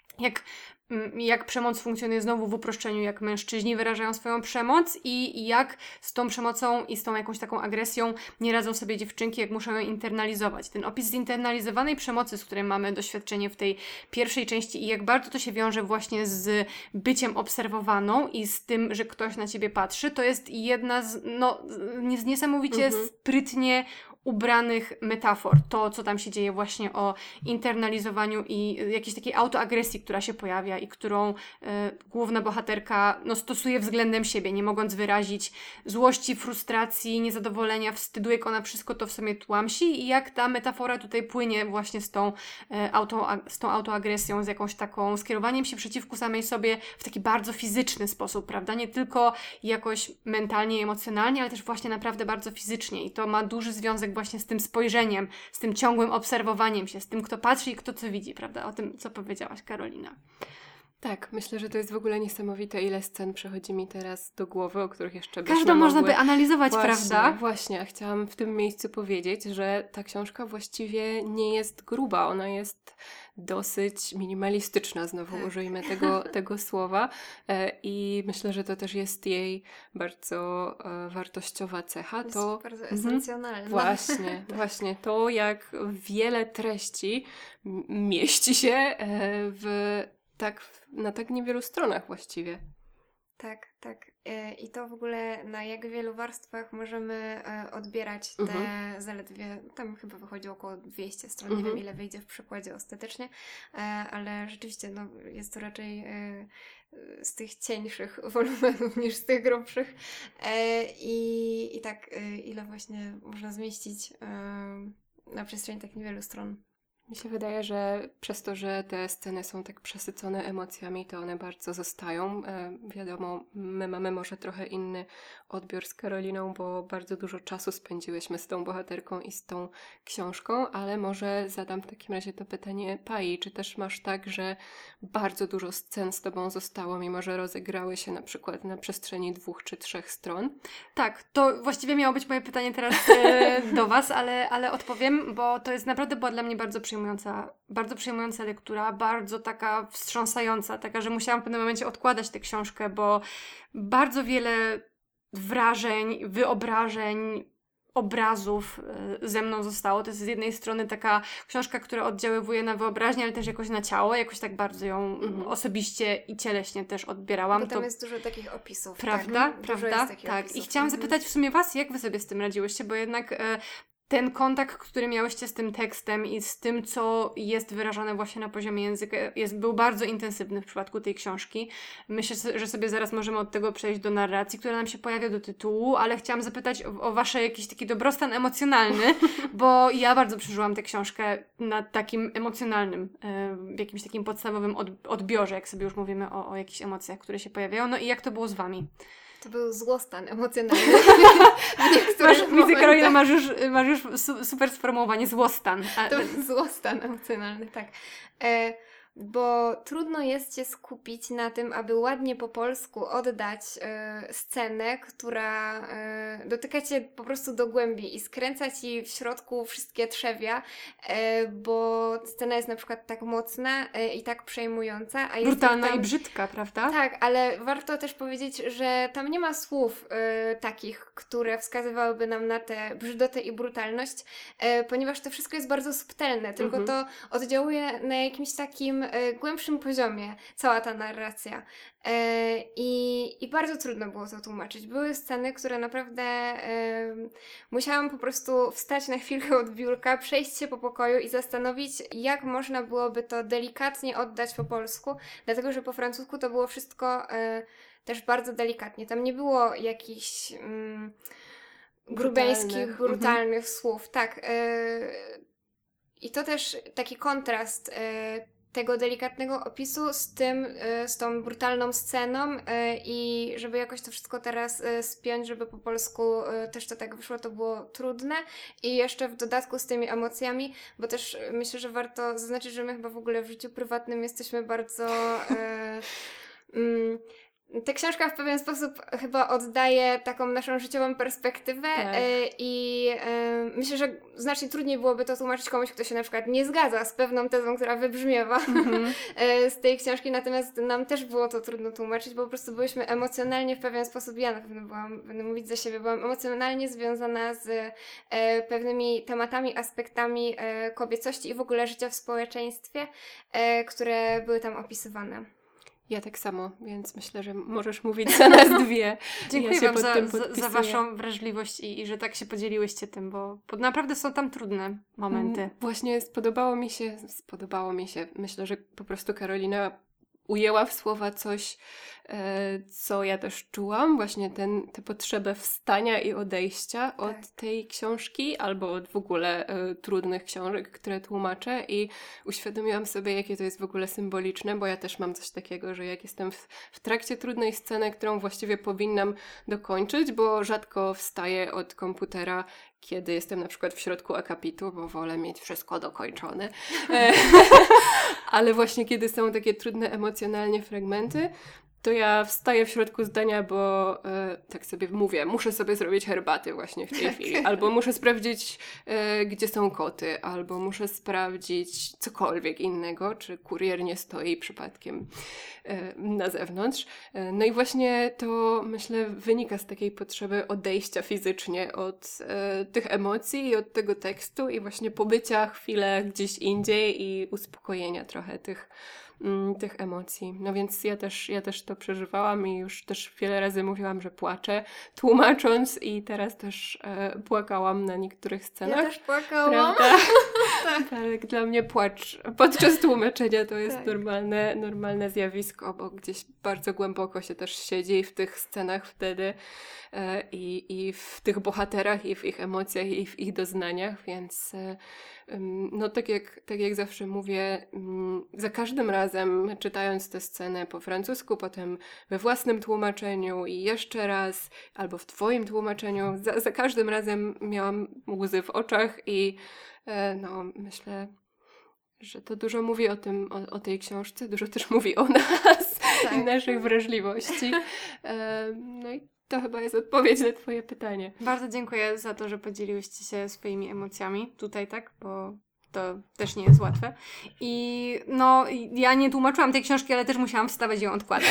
jak przemoc funkcjonuje znowu w uproszczeniu, jak mężczyźni wyrażają swoją przemoc i jak z tą przemocą i z tą jakąś taką agresją nie radzą sobie dziewczynki, jak muszą ją internalizować. Ten opis zinternalizowanej przemocy, z której mamy doświadczenie w tej pierwszej części i jak bardzo to się wiąże właśnie z byciem obserwowaną i z tym, że ktoś na ciebie patrzy, to jest jedna z niesamowicie sprytnie ubranych metafor. To, co tam się dzieje właśnie o internalizowaniu i jakiejś takiej autoagresji, która się pojawia i którą główna bohaterka stosuje względem siebie, nie mogąc wyrazić złości, frustracji, niezadowolenia, wstydu, jak ona wszystko to w sobie tłamsi i jak ta metafora tutaj płynie właśnie z tą autoagresją, z jakąś taką skierowaniem się przeciwko samej sobie w taki bardzo fizyczny sposób, prawda? Nie tylko jakoś mentalnie, emocjonalnie, ale też właśnie naprawdę bardzo fizycznie i to ma duży związek właśnie z tym spojrzeniem, z tym ciągłym obserwowaniem się, z tym, kto patrzy i kto co widzi, prawda? O tym, co powiedziałaś, Karolina. Tak, myślę, że to jest w ogóle niesamowite, ile scen przychodzi mi teraz do głowy, o których jeszcze każdą można by analizować, prawda? Właśnie, chciałam w tym miejscu powiedzieć, że ta książka właściwie nie jest gruba, ona jest dosyć minimalistyczna, znowu użyjmy tego słowa i myślę, że to też jest jej bardzo wartościowa cecha. Jest to bardzo esencjonalne. Właśnie, to jak wiele treści mieści się na tak niewielu stronach właściwie. Tak. I to w ogóle na jak wielu warstwach możemy odbierać te zaledwie, tam chyba wychodzi około 200 stron, nie wiem ile wyjdzie w przekładzie ostatecznie, ale rzeczywiście jest to raczej z tych cieńszych wolumenów niż z tych grubszych. I tak, ile właśnie można zmieścić na przestrzeni tak niewielu stron. Mi się wydaje, że przez to, że te sceny są tak przesycone emocjami, to one bardzo zostają. Wiadomo, my mamy może trochę inny odbiór z Karoliną, bo bardzo dużo czasu spędziłyśmy z tą bohaterką i z tą książką, ale może zadam w takim razie to pytanie Pai, czy też masz tak, że bardzo dużo scen z tobą zostało, mimo że rozegrały się na przykład na przestrzeni 2 czy 3 stron? Tak, to właściwie miało być moje pytanie teraz do was, ale odpowiem, bo to jest naprawdę była dla mnie bardzo przyjmująca lektura, bardzo taka wstrząsająca, taka, że musiałam w pewnym momencie odkładać tę książkę, bo bardzo wiele wrażeń, wyobrażeń, obrazów ze mną zostało. To jest z jednej strony taka książka, która oddziaływuje na wyobraźnię, ale też jakoś na ciało, jakoś tak bardzo ją osobiście i cieleśnie też odbierałam. Bo tam jest dużo takich opisów. Prawda? Tak? Prawda? Tak. Opisów. I chciałam zapytać w sumie was, jak wy sobie z tym radziłyście, bo jednak ten kontakt, który miałyście z tym tekstem i z tym, co jest wyrażane właśnie na poziomie języka, był bardzo intensywny w przypadku tej książki. Myślę, że sobie zaraz możemy od tego przejść do narracji, która nam się pojawia, do tytułu, ale chciałam zapytać o wasze jakiś taki dobrostan emocjonalny, bo ja bardzo przeżyłam tę książkę na takim emocjonalnym, jakimś takim podstawowym odbiorze, jak sobie już mówimy o jakichś emocjach, które się pojawiają. No i jak to było z wami? To był złostan emocjonalny. Widzę, Karolina, masz już super sformułowanie, złostan. To był złostan emocjonalny, tak. Bo trudno jest się skupić na tym, aby ładnie po polsku oddać scenę, która dotyka cię po prostu do głębi i skręca ci w środku wszystkie trzewia, bo scena jest na przykład tak mocna i tak przejmująca. A brutalna jest i brzydka, prawda? Tak, ale warto też powiedzieć, że tam nie ma słów takich, które wskazywałyby nam na tę brzydotę i brutalność, ponieważ to wszystko jest bardzo subtelne, tylko to oddziałuje na jakimś takim głębszym poziomie, cała ta narracja. I bardzo trudno było to tłumaczyć. Były sceny, które naprawdę musiałam po prostu wstać na chwilkę od biurka, przejść się po pokoju i zastanowić, jak można byłoby to delikatnie oddać po polsku, dlatego, że po francusku to było wszystko też bardzo delikatnie. Tam nie było jakichś grubeńskich, brutalnych słów. Tak. I to też taki kontrast tego delikatnego opisu z tą brutalną sceną i żeby jakoś to wszystko teraz spiąć, żeby po polsku też to tak wyszło, to było trudne i jeszcze w dodatku z tymi emocjami, bo też myślę, że warto zaznaczyć, że my chyba w ogóle w życiu prywatnym jesteśmy bardzo ta książka w pewien sposób chyba oddaje taką naszą życiową perspektywę i myślę, że znacznie trudniej byłoby to tłumaczyć komuś, kto się na przykład nie zgadza z pewną tezą, która wybrzmiewa z tej książki, natomiast nam też było to trudno tłumaczyć, bo po prostu byliśmy emocjonalnie w pewien sposób, ja na pewno będę mówić za siebie, byłam emocjonalnie związana z pewnymi tematami, aspektami kobiecości i w ogóle życia w społeczeństwie, które były tam opisywane. Ja tak samo, więc myślę, że możesz mówić za nas dwie. Dziękuję wam za waszą wrażliwość i że tak się podzieliłyście tym, bo naprawdę są tam trudne momenty. Właśnie spodobało mi się. Myślę, że po prostu Karolina ujęła w słowa coś, co ja też czułam, właśnie tę potrzebę wstania i odejścia od tej książki albo od w ogóle trudnych książek, które tłumaczę i uświadomiłam sobie, jakie to jest w ogóle symboliczne, bo ja też mam coś takiego, że jak jestem w trakcie trudnej sceny, którą właściwie powinnam dokończyć, bo rzadko wstaję od komputera, kiedy jestem na przykład w środku akapitu, bo wolę mieć wszystko dokończone. Ale właśnie kiedy są takie trudne emocjonalnie fragmenty, to ja wstaję w środku zdania, bo tak sobie mówię, muszę sobie zrobić herbaty właśnie w tej chwili, albo muszę sprawdzić, gdzie są koty, albo muszę sprawdzić cokolwiek innego, czy kurier nie stoi przypadkiem na zewnątrz. No i właśnie to, myślę, wynika z takiej potrzeby odejścia fizycznie od tych emocji i od tego tekstu i właśnie pobycia chwilę gdzieś indziej i uspokojenia trochę tych tych emocji. No więc ja też to przeżywałam i już też wiele razy mówiłam, że płaczę tłumacząc i teraz też płakałam na niektórych scenach. Ja też płakałam. Prawda? Tak. Tak, dla mnie płacz podczas tłumaczenia to jest Tak. normalne zjawisko, bo gdzieś bardzo głęboko się też siedzi w tych scenach wtedy i w tych bohaterach, i w ich emocjach, i w ich doznaniach, więc no tak jak zawsze mówię, za każdym razem czytając tę scenę po francusku, potem we własnym tłumaczeniu i jeszcze raz, albo w twoim tłumaczeniu, za każdym razem miałam łzy w oczach i no myślę, że to dużo mówi o tej książce, dużo też mówi o nas Tak. i naszej wrażliwości. No i to chyba jest odpowiedź na twoje pytanie. Bardzo dziękuję za to, że podzieliłyście się swoimi emocjami tutaj, tak? Bo to też nie jest łatwe. I no, ja nie tłumaczyłam tej książki, ale też musiałam wstawać i ją odkładać.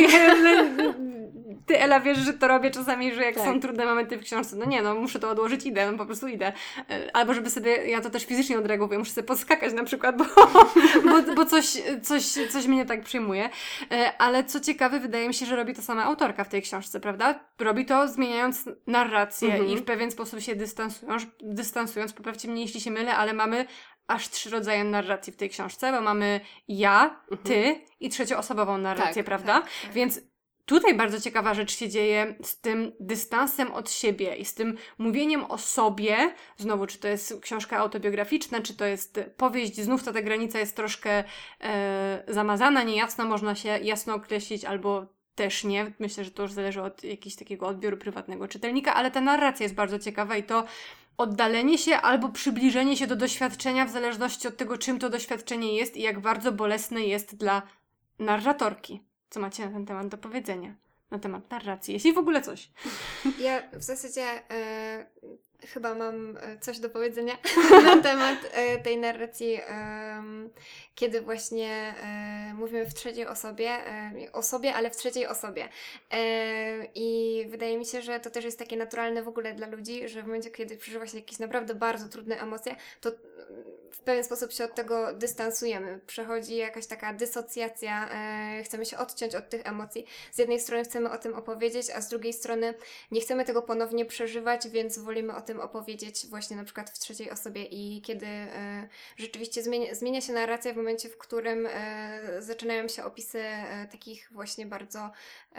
Ty, Ela, wiesz, że to robię czasami, że jak Tak. są trudne momenty w książce, no nie, no muszę to odłożyć, idę, no po prostu idę. Albo żeby sobie, ja to też fizycznie odreagowuję, muszę sobie podskakać na przykład, bo coś mnie tak przyjmuje. Ale co ciekawe, wydaje mi się, że robi to sama autorka w tej książce, prawda? Robi to zmieniając narrację i w pewien sposób się dystansując, poprawcie mnie, jeśli się mylę, ale mamy aż 3 rodzaje narracji w tej książce, bo mamy ja, ty i trzecioosobową narrację, Tak, prawda? tak. Więc tutaj bardzo ciekawa rzecz się dzieje z tym dystansem od siebie i z tym mówieniem o sobie. Znowu, czy to jest książka autobiograficzna, czy to jest powieść. Znów ta granica jest troszkę zamazana, niejasna, można się jasno określić albo też nie. Myślę, że to już zależy od jakiegoś takiego odbioru prywatnego czytelnika, ale ta narracja jest bardzo ciekawa i to oddalenie się albo przybliżenie się do doświadczenia w zależności od tego, czym to doświadczenie jest i jak bardzo bolesne jest dla narratorki. Co macie na ten temat do powiedzenia? Na temat narracji, jeśli w ogóle coś. Ja w zasadzie chyba mam coś do powiedzenia na temat tej narracji, kiedy właśnie mówimy w trzeciej osobie, o sobie, ale w trzeciej osobie. I wydaje mi się, że to też jest takie naturalne w ogóle dla ludzi, że w momencie, kiedy przeżywa się jakieś naprawdę bardzo trudne emocje, to w pewien sposób się od tego dystansujemy. Przechodzi jakaś taka dysocjacja, chcemy się odciąć od tych emocji. Z jednej strony chcemy o tym opowiedzieć, a z drugiej strony nie chcemy tego ponownie przeżywać, więc wolimy o tym opowiedzieć właśnie na przykład w trzeciej osobie i kiedy rzeczywiście zmienia się narracja w momencie, w którym zaczynają się opisy takich właśnie bardzo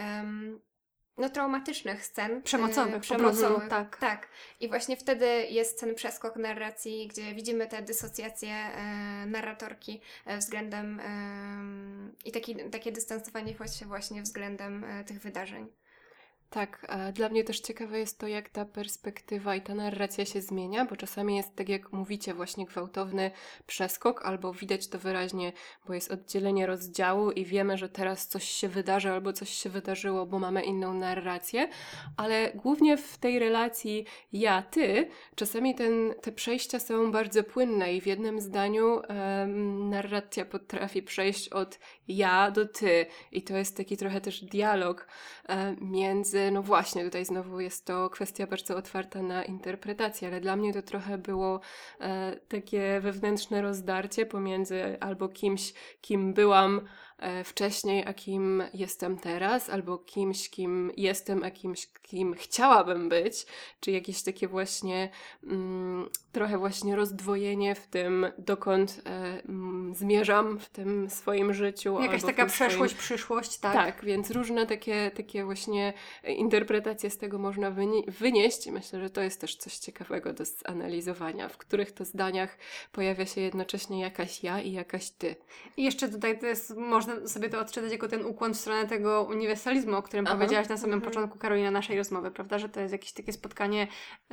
traumatycznych scen. Przemocowych, przemocowych, po prostu, tak. Tak. I właśnie wtedy jest ten przeskok narracji, gdzie widzimy tę dysocjację narratorki względem i takie dystansowanie się właśnie względem tych wydarzeń. Tak, dla mnie też ciekawe jest to, jak ta perspektywa i ta narracja się zmienia, bo czasami jest, tak jak mówicie, właśnie gwałtowny przeskok, albo widać to wyraźnie, bo jest oddzielenie rozdziału i wiemy, że teraz coś się wydarzy, albo coś się wydarzyło, bo mamy inną narrację, ale głównie w tej relacji ja-ty, czasami te przejścia są bardzo płynne i w jednym zdaniu narracja potrafi przejść od ja do ty i to jest taki trochę też dialog między, no właśnie, tutaj znowu jest to kwestia bardzo otwarta na interpretację, ale dla mnie to trochę było takie wewnętrzne rozdarcie pomiędzy albo kimś, kim byłam wcześniej, a kim jestem teraz, albo kimś, kim jestem, a kimś, kim chciałabym być, czy jakieś takie właśnie trochę właśnie rozdwojenie w tym, dokąd zmierzam w tym swoim życiu. Jakaś taka przeszłość, przyszłość, tak? Tak, więc różne takie właśnie interpretacje z tego można wynieść i myślę, że to jest też coś ciekawego do zanalizowania, w których to zdaniach pojawia się jednocześnie jakaś ja i jakaś ty. I jeszcze tutaj to jest, można sobie to odczytać jako ten ukłon w stronę tego uniwersalizmu, o którym powiedziałaś na samym początku, Karolina, naszej rozmowy, prawda, że to jest jakieś takie spotkanie,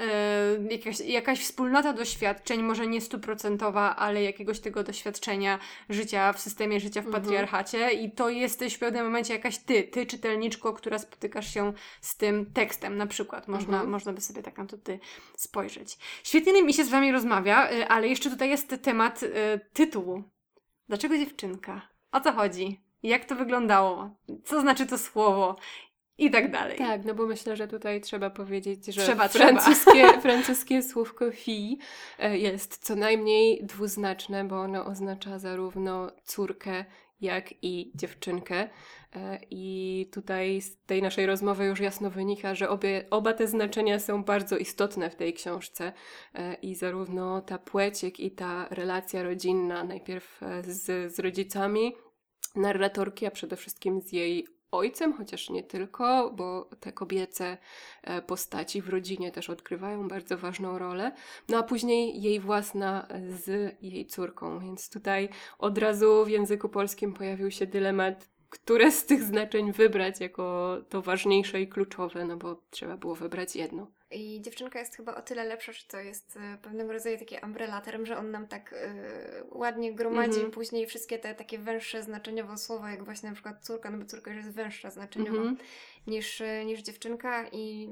jakaś wspólnota doświadczeń, może nie 100%, ale jakiegoś tego doświadczenia życia w systemie, życia w patriarchacie i to jesteś w pewnym momencie jakaś ty czytelniczko, która spotykasz się z tym tekstem na przykład. Można by sobie tak na to ty spojrzeć. Świetnie mi się z wami rozmawia, ale jeszcze tutaj jest temat tytułu. Dlaczego dziewczynka? O co chodzi? Jak to wyglądało? Co znaczy to słowo? I tak dalej. Tak, no bo myślę, że tutaj trzeba powiedzieć, że Trzeba. francuskie słówko fille jest co najmniej dwuznaczne, bo ono oznacza zarówno córkę, jak i dziewczynkę. I tutaj z tej naszej rozmowy już jasno wynika, że oba te znaczenia są bardzo istotne w tej książce i zarówno ta płeć, jak i ta relacja rodzinna, najpierw z rodzicami narratorki, a przede wszystkim z jej ojcem, chociaż nie tylko, bo te kobiece postaci w rodzinie też odgrywają bardzo ważną rolę, no a później jej własna z jej córką, więc tutaj od razu w języku polskim pojawił się dylemat, które z tych znaczeń wybrać jako to ważniejsze i kluczowe, no bo trzeba było wybrać jedno. I dziewczynka jest chyba o tyle lepsza, że to jest pewnego rodzaju taki umbrella term, że on nam tak ładnie gromadzi później wszystkie te takie węższe znaczeniowo słowa, jak właśnie na przykład córka, no bo córka już jest węższa znaczeniowo niż dziewczynka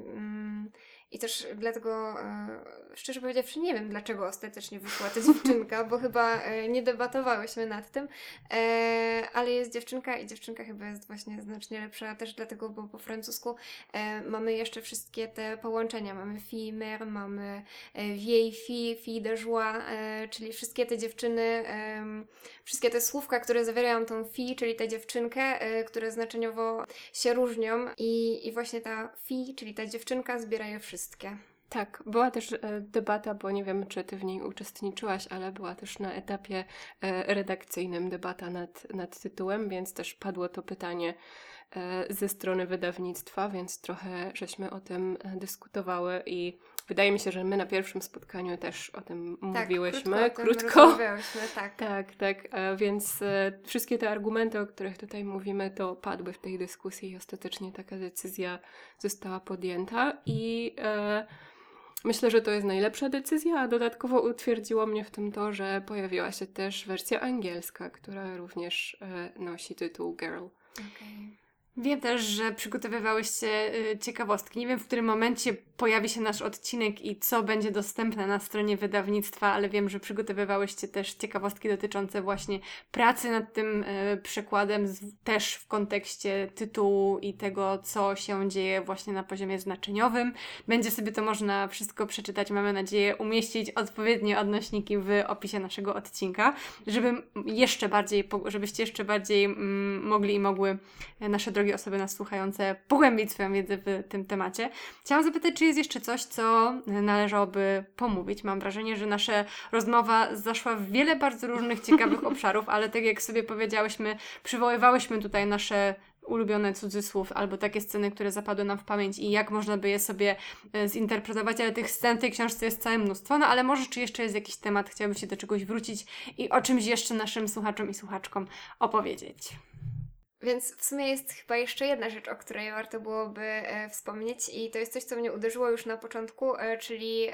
i też dlatego, szczerze powiedziawszy, nie wiem, dlaczego ostatecznie wyszła ta dziewczynka, bo chyba nie debatowałyśmy nad tym, ale jest dziewczynka i dziewczynka chyba jest właśnie znacznie lepsza też dlatego, bo po francusku mamy jeszcze wszystkie te połączenia. Mamy fille, mère, mamy vieille fille, fille de joie, czyli wszystkie te dziewczyny, wszystkie te słówka, które zawierają tą fille, czyli tę dziewczynkę, które znaczeniowo się różnią i właśnie ta fille, czyli ta dziewczynka zbiera je wszystkie. Tak, była też debata, bo nie wiem, czy ty w niej uczestniczyłaś, ale była też na etapie redakcyjnym debata nad tytułem, więc też padło to pytanie ze strony wydawnictwa, więc trochę żeśmy o tym dyskutowały i wydaje mi się, że my na pierwszym spotkaniu też o tym mówiłyśmy. Krótko. Tak. Więc wszystkie te argumenty, o których tutaj mówimy, to padły w tej dyskusji i ostatecznie taka decyzja została podjęta i myślę, że to jest najlepsza decyzja, a dodatkowo utwierdziło mnie w tym to, że pojawiła się też wersja angielska, która również nosi tytuł Girl. Okay. Wiem też, że przygotowywałyście ciekawostki. Nie wiem, w którym momencie pojawi się nasz odcinek i co będzie dostępne na stronie wydawnictwa, ale wiem, że przygotowywałyście też ciekawostki dotyczące właśnie pracy nad tym przekładem, też w kontekście tytułu i tego, co się dzieje właśnie na poziomie znaczeniowym. Będzie sobie to można wszystko przeczytać, mamy nadzieję umieścić odpowiednie odnośniki w opisie naszego odcinka, żebyście jeszcze bardziej mogli i mogły nasze drogie osoby nas słuchające pogłębić swoją wiedzę w tym temacie. Chciałam zapytać, czy jest jeszcze coś, co należałoby pomówić. Mam wrażenie, że nasza rozmowa zaszła w wiele bardzo różnych ciekawych obszarów, ale tak jak sobie powiedziałyśmy, przywoływałyśmy tutaj nasze ulubione cudzysłów albo takie sceny, które zapadły nam w pamięć i jak można by je sobie zinterpretować, ale tych scen w tej książce jest całe mnóstwo, no ale może czy jeszcze jest jakiś temat, chciałabyście do czegoś wrócić i o czymś jeszcze naszym słuchaczom i słuchaczkom opowiedzieć. Więc w sumie jest chyba jeszcze jedna rzecz, o której warto byłoby wspomnieć i to jest coś, co mnie uderzyło już na początku, czyli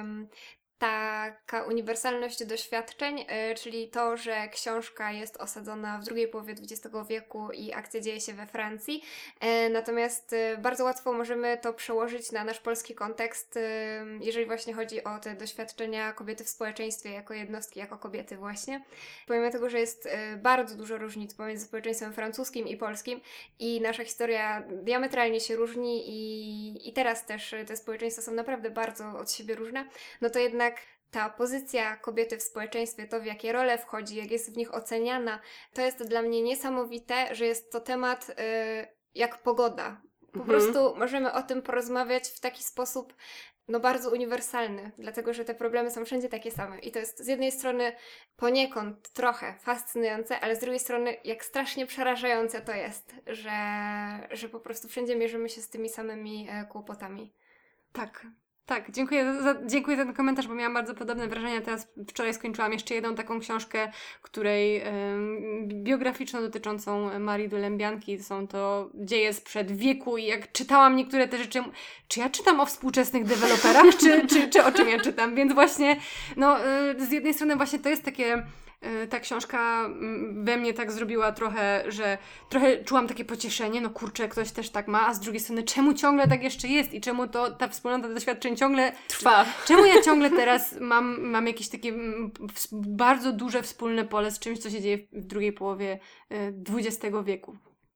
taka uniwersalność doświadczeń, czyli to, że książka jest osadzona w drugiej połowie XX wieku i akcja dzieje się we Francji. Natomiast bardzo łatwo możemy to przełożyć na nasz polski kontekst, jeżeli właśnie chodzi o te doświadczenia kobiety w społeczeństwie jako jednostki, jako kobiety właśnie. Pomimo tego, że jest bardzo dużo różnic pomiędzy społeczeństwem francuskim i polskim i nasza historia diametralnie się różni i teraz też te społeczeństwa są naprawdę bardzo od siebie różne, no to jednak ta pozycja kobiety w społeczeństwie, to w jakie role wchodzi, jak jest w nich oceniana, to jest dla mnie niesamowite, że jest to temat jak pogoda. Po prostu możemy o tym porozmawiać w taki sposób bardzo uniwersalny, dlatego że te problemy są wszędzie takie same. I to jest z jednej strony poniekąd trochę fascynujące, ale z drugiej strony jak strasznie przerażające to jest, że po prostu wszędzie mierzymy się z tymi samymi kłopotami. Tak, dziękuję za ten komentarz, bo miałam bardzo podobne wrażenia. Teraz wczoraj skończyłam jeszcze jedną taką książkę, której biograficzną dotyczącą Marii Dulębianki. Są to dzieje sprzed wieku i jak czytałam niektóre te rzeczy, czy ja czytam o współczesnych deweloperach, czy o czym ja czytam? Więc właśnie, z jednej strony właśnie to jest takie... Ta książka we mnie tak zrobiła trochę, że trochę czułam takie pocieszenie, no kurczę, ktoś też tak ma, a z drugiej strony czemu ciągle tak jeszcze jest i czemu ta wspólnota doświadczeń ciągle trwa? Czemu ja ciągle teraz mam jakieś takie bardzo duże wspólne pole z czymś, co się dzieje w drugiej połowie XX wieku?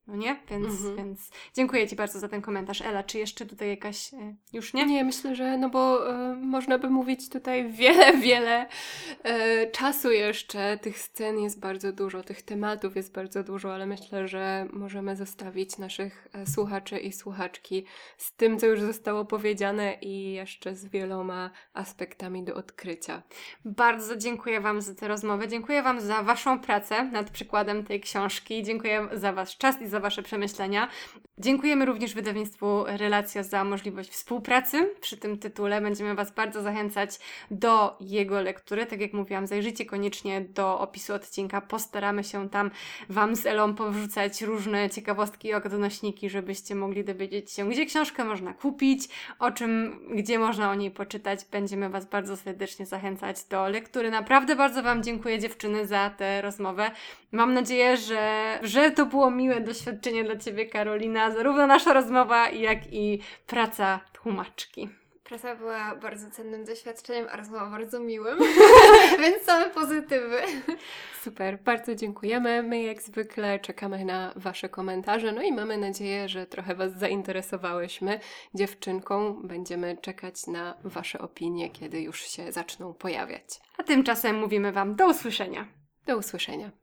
No nie? Więc dziękuję Ci bardzo za ten komentarz. Ela, czy jeszcze tutaj jakaś... już nie? Nie, myślę, że bo można by mówić tutaj wiele czasu jeszcze. Tych scen jest bardzo dużo, tych tematów jest bardzo dużo, ale myślę, że możemy zostawić naszych słuchaczy i słuchaczki z tym, co już zostało powiedziane i jeszcze z wieloma aspektami do odkrycia. Bardzo dziękuję Wam za tę rozmowę. Dziękuję Wam za Waszą pracę nad przykładem tej książki. Dziękuję za Wasz czas i za Wasze przemyślenia. Dziękujemy również wydawnictwu Relacja za możliwość współpracy przy tym tytule. Będziemy Was bardzo zachęcać do jego lektury. Tak jak mówiłam, zajrzyjcie koniecznie do opisu odcinka. Postaramy się tam Wam z Elą powrzucać różne ciekawostki i odnośniki, żebyście mogli dowiedzieć się, gdzie książkę można kupić, gdzie można o niej poczytać. Będziemy Was bardzo serdecznie zachęcać do lektury. Naprawdę bardzo Wam dziękuję, dziewczyny, za tę rozmowę. Mam nadzieję, że to było miłe doświadczenie dla Ciebie, Karolina, zarówno nasza rozmowa, jak i praca tłumaczki. Praca była bardzo cennym doświadczeniem, a rozmowa bardzo miłym, więc same pozytywy. Super, bardzo dziękujemy. My jak zwykle czekamy na Wasze komentarze, no i mamy nadzieję, że trochę Was zainteresowałyśmy dziewczynką. Będziemy czekać na Wasze opinie, kiedy już się zaczną pojawiać. A tymczasem mówimy Wam do usłyszenia. Do usłyszenia.